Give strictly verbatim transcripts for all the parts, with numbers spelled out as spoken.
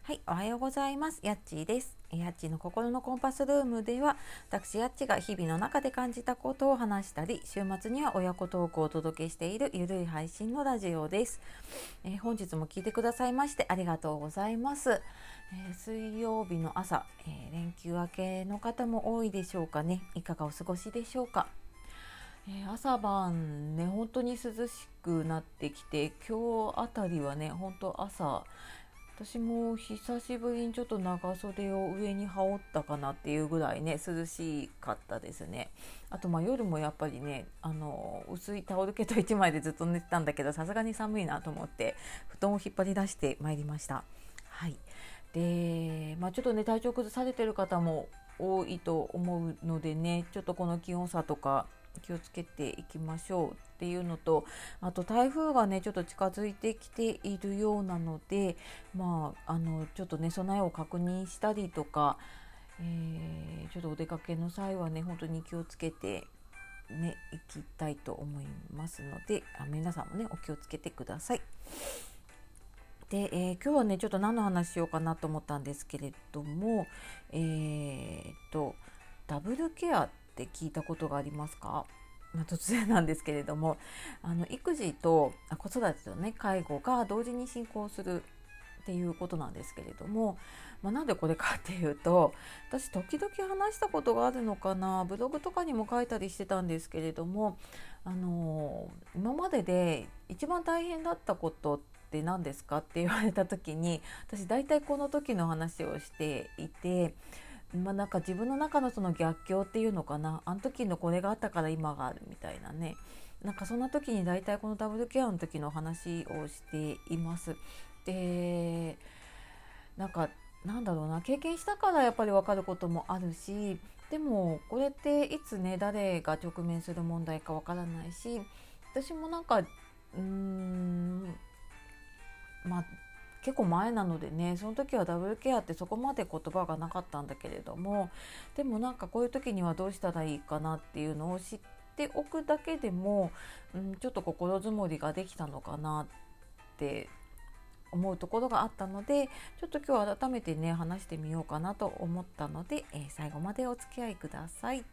はい、おはようございます。やっちーです。やっちーの心のコンパスルームでは、私やっちが日々の中で感じたことを話したり、週末には親子トークをお届けしているゆるい配信のラジオです。えー、本日も聞いてくださいましてありがとうございます。えー、水曜日の朝、えー、連休明けの方も多いでしょうかね。いかがお過ごしでしょうか。えー、朝晩ね本当に涼しくなってきて、今日あたりはね本当朝私も久しぶりにちょっと長袖を上に羽織ったかなっていうぐらいね涼しかったですね。あとまあ夜もやっぱりねあの薄いタオルケットいちまいでずっと寝てたんだけど、さすがに寒いなと思って布団を引っ張り出してまいりました。はい。で、まあ、ちょっとね体調崩されてる方も多いと思うのでね、ちょっとこの気温差とか気をつけていきましょうっていうのと、あと台風がねちょっと近づいてきているようなので、まああのちょっとね備えを確認したりとか、えー、ちょっとお出かけの際はね本当に気をつけてね行きたいと思いますので、あ皆さんもねお気をつけてください。で、えー、今日はねちょっと何の話しようかなと思ったんですけれども、えー、とダブルケアって聞いたことがありますか？まあ、突然なんですけれども、あの育児と子育てとね介護が同時に進行するっていうことなんですけれども、まあ、なんでこれかっていうと、私時々話したことがあるのかな、ブログとかにも書いたりしてたんですけれども、あの今までで一番大変だったことって何ですかって言われた時に、私大体この時の話をしていて、まあ、なんか自分の中のその逆境っていうのかな、あの時のこれがあったから今があるみたいなね、なんかそんな時に大体このダブルケアの時の話をしています。で、なんかなんだろうな、経験したからやっぱり分かることもあるし、でもこれっていつね誰が直面する問題か分からないし、私もなんかうーんまあ結構前なのでね、その時はダブルケアってそこまで言葉がなかったんだけれども、でもなんかこういう時にはどうしたらいいかなっていうのを知っておくだけでも、うん、ちょっと心づもりができたのかなって思うところがあったので、ちょっと今日改めてね話してみようかなと思ったので、えー、最後までお付き合いください。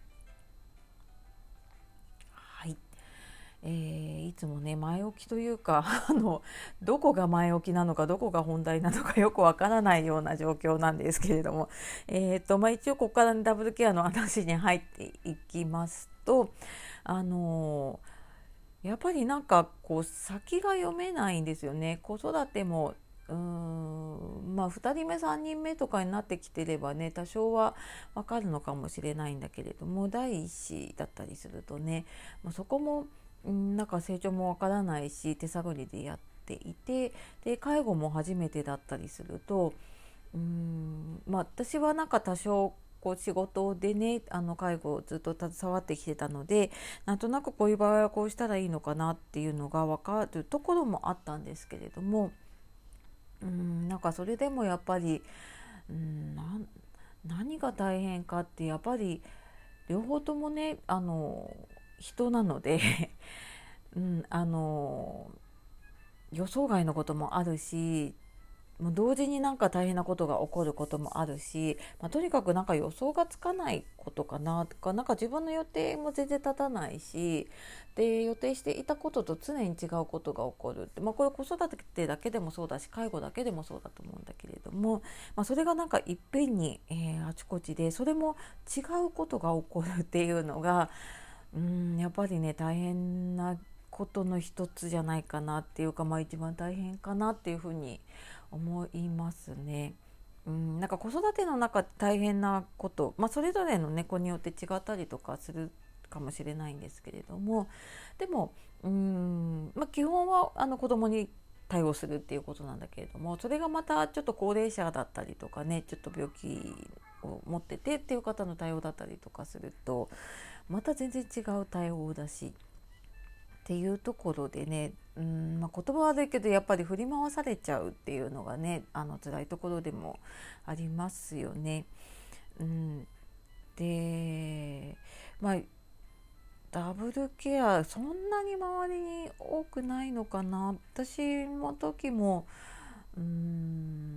はい。えー、いつもね前置きというかあのどこが前置きなのかどこが本題なのかよくわからないような状況なんですけれども、えーとまあ、一応ここから、ね、ダブルケアの話に入っていきますと、あのー、やっぱりなんかこう先が読めないんですよね。子育てもうーんまあふたりめさんにんめとかになってきてればね多少はわかるのかもしれないんだけれども、第一子だったりするとね、まあ、そこもなんか成長もわからないし手探りでやっていて、で介護も初めてだったりすると、うーんまあ私はなんか多少こう仕事でねあの介護をずっと携わってきてたので、なんとなくこういう場合はこうしたらいいのかなっていうのが分かるところもあったんですけれども、うーんなんかそれでもやっぱりうーんな何が大変かって、やっぱり両方ともねあの人なのでうん、あの予想外のこともあるし、もう同時になんか大変なことが起こることもあるし、まあ、とにかくなんか予想がつかないことかなとか、なんか自分の予定も全然立たないし、で予定していたことと常に違うことが起こるって、まあ、これ子育てだけでもそうだし介護だけでもそうだと思うんだけれども、まあ、それがなんかいっぺんに、えーあちこちでそれも違うことが起こるっていうのが、うんやっぱりね大変なことの一つじゃないかなっていうか、まあ一番大変かなっていうふうに思いますね。うん、なんか子育ての中で大変なこと、まあ、それぞれの猫によって違ったりとかするかもしれないんですけれども、でもうん、まあ、基本はあの子供に対応するっていうことなんだけれども、それがまたちょっと高齢者だったりとかね、ちょっと病気を持っててっていう方の対応だったりとかするとまた全然違う対応だしっていうところでね、うん、まあ、言葉は悪いけどやっぱり振り回されちゃうっていうのがねあの辛いところでもありますよね。うん、で、まあ、ダブルケアそんなに周りに多くないのかな。私の時もうーん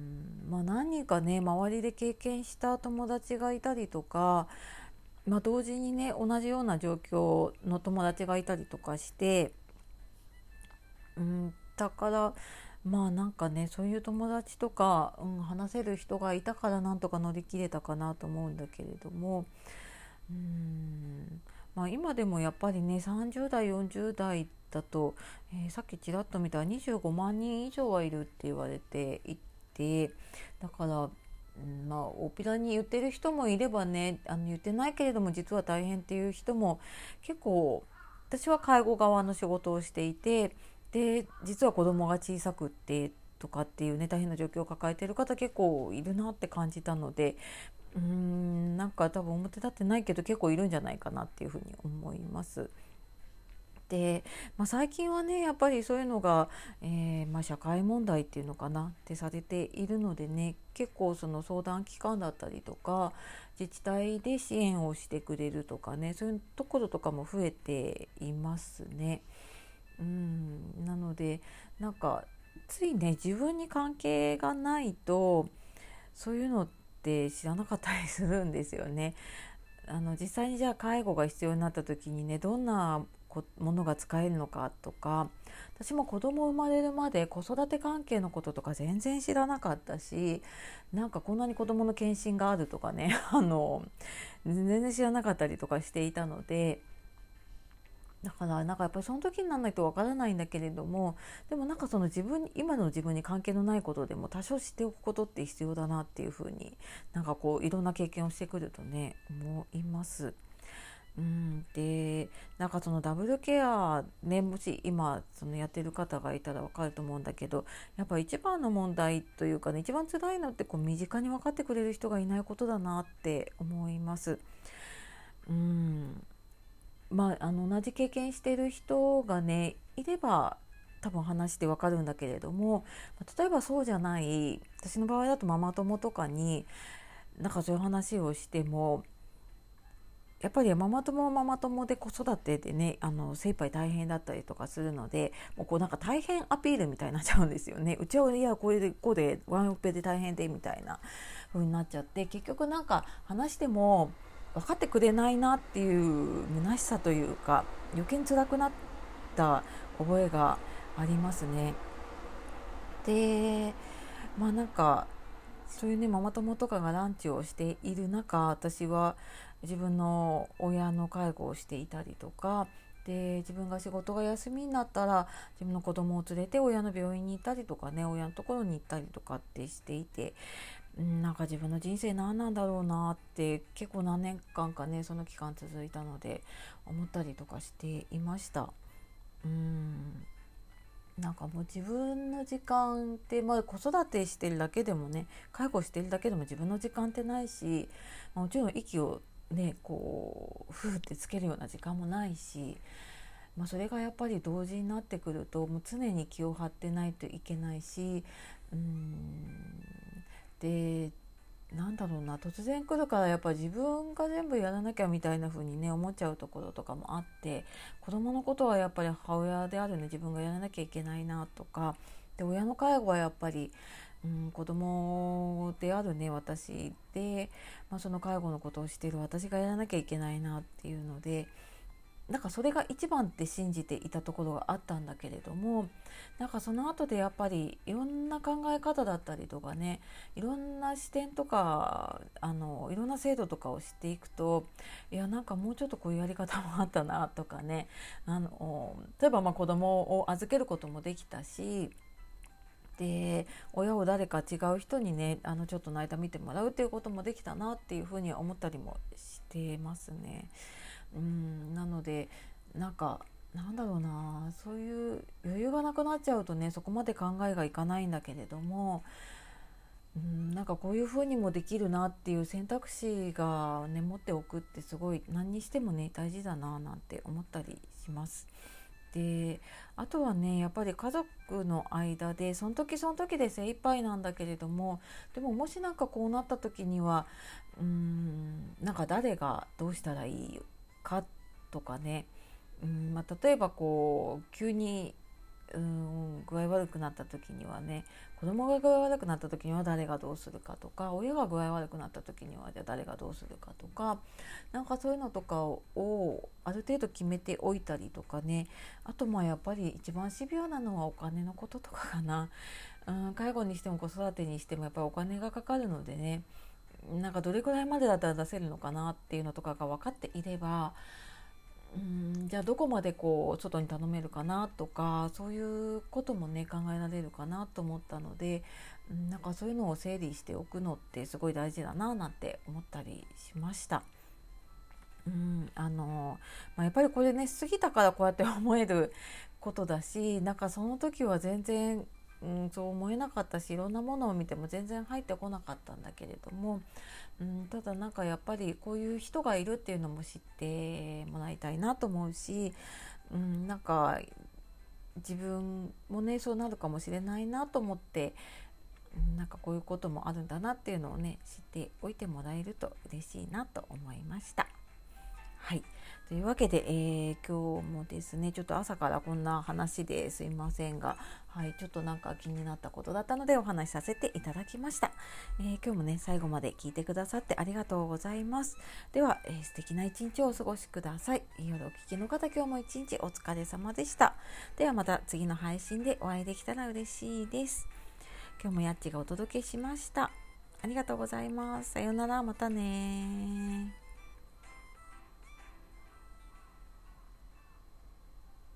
まあ、何人かね周りで経験した友達がいたりとか、まあ、同時にね同じような状況の友達がいたりとかして、うん、だからまあなんかねそういう友達とか、うん、話せる人がいたからなんとか乗り切れたかなと思うんだけれども、うーんまあ、今でもやっぱりねさんじゅう代よんじゅう代だと、えーさっきちらっと見たらにじゅうごまん人以上はいるって言われていて、だから、うんまあ大っぴらに言ってる人もいればね、あの言ってないけれども実は大変っていう人も結構、私は介護側の仕事をしていて、で実は子供が小さくってとかっていうね大変な状況を抱えている方結構いるなって感じたので、うーんなんか多分表立ってないけど結構いるんじゃないかなっていうふうに思います。で、まあ、最近はねやっぱりそういうのが、えーまあ、社会問題っていうのかなってされているのでね、結構その相談機関だったりとか自治体で支援をしてくれるとかね、そういうところとかも増えていますね。うんなのでなんかついね自分に関係がないとそういうのって知らなかったりするんですよね。あの実際にじゃあ介護が必要になった時にねどんなこものが使えるのかとか、私も子供生まれるまで子育て関係のこととか全然知らなかったし、なんかこんなに子供の検診があるとかねあの全然知らなかったりとかしていたので、だからなんかやっぱりその時にならないとわからないんだけれども、でもなんかその自分今の自分に関係のないことでも多少知っておくことって必要だなっていうふうに、なんかこういろんな経験をしてくるとね思います。うん、でなんかそのダブルケアね、もし今そのやってる方がいたらわかると思うんだけど、やっぱ一番の問題というかね、一番辛いのってこう身近に分かってくれる人がいないことだなって思います。うんまあ、あの同じ経験している人がねいれば多分話してわかるんだけれども、例えばそうじゃない、私の場合だとママ友とかになんかそういう話をしても、やっぱりママ友はママ友で子育てでねあの精一杯大変だったりとかするので、もうこうなんか大変アピールみたいになっちゃうんですよね。うちはいやこれでこうでワンオペで大変でみたいな風になっちゃって、結局なんか話しても分かってくれないなっていう虚しさというか、余計に辛くなった覚えがありますね。でまあなんかそういうねママ友とかがランチをしている中、私は自分の親の介護をしていたりとかで、自分が仕事が休みになったら自分の子供を連れて親の病院に行ったりとかね、親のところに行ったりとかってしていて、うん、なんか自分の人生何なんだろうなって結構何年間かねその期間続いたので思ったりとかしていました。うんなんかもう自分の時間って、まあ、子育てしてるだけでもね介護してるだけでも自分の時間ってないし、もちろん息をねこうふーってつけるような時間もないし、まあ、それがやっぱり同時になってくるともう常に気を張ってないといけないし、うーんでなんだろうな、突然来るからやっぱ自分が全部やらなきゃみたいな風にね思っちゃうところとかもあって、子供のことはやっぱり母親であるね自分がやらなきゃいけないなとかで、親の介護はやっぱり、うん、子供であるね私で、まあ、その介護のことをしている私がやらなきゃいけないなっていうので、なんかそれが一番って信じていたところがあったんだけれども、なんかその後でやっぱりいろんな考え方だったりとかね、いろんな視点とかあのいろんな制度とかを知っていくと、いやなんかもうちょっとこういうやり方もあったなとかね、あの例えばまあ子供を預けることもできたし、で親を誰か違う人にねあのちょっとの間見てもらうっていうこともできたなっていうふうに思ったりもしてますね。うんなのでなんかなんだろうな、そういう余裕がなくなっちゃうとねそこまで考えがいかないんだけれども、うんなんかこういう風にもできるなっていう選択肢がね持っておくってすごい何にしてもね大事だななんて思ったりします。であとはねやっぱり家族の間でその時その時で精一杯なんだけれども、でももしなんかこうなった時にはうーんなんか誰がどうしたらいいかとかね、うんまあ、例えばこう急にうん、具合悪くなった時にはね、子供が具合悪くなった時には誰がどうするかとか、親が具合悪くなった時にはじゃあ誰がどうするかとか、なんかそういうのとかをある程度決めておいたりとかね。あとまあやっぱり一番シビアなのはお金のこととかかな。うん、介護にしても子育てにしてもやっぱりお金がかかるのでね、なんかどれくらいまでだったら出せるのかなっていうのとかが分かっていれば、うん、じゃあどこまでこう外に頼めるかなとか、そういうこともね考えられるかなと思ったので、うん、なんかそういうのを整理しておくのってすごい大事だななんて思ったりしました。うん、あのまあ、やっぱりこれね過ぎたからこうやって思えることだし、なんかその時は全然、うん、そう思えなかったし、いろんなものを見ても全然入ってこなかったんだけれども、うん、ただなんかやっぱりこういう人がいるっていうのも知ってもらいたいなと思うし、うん、なんか自分もねそうなるかもしれないなと思って、うん、なんかこういうこともあるんだなっていうのをね知っておいてもらえると嬉しいなと思いました。はい、というわけで、えー、今日もですねちょっと朝からこんな話ですいませんが、はい、ちょっとなんか気になったことだったのでお話しさせていただきました。えー、今日もね最後まで聞いてくださってありがとうございます。では、えー、素敵な一日をお過ごしください。夜お聞きの方、今日も一日お疲れ様でした。ではまた次の配信でお会いできたら嬉しいです。今日もやっちがお届けしました。ありがとうございます。さようなら、またね。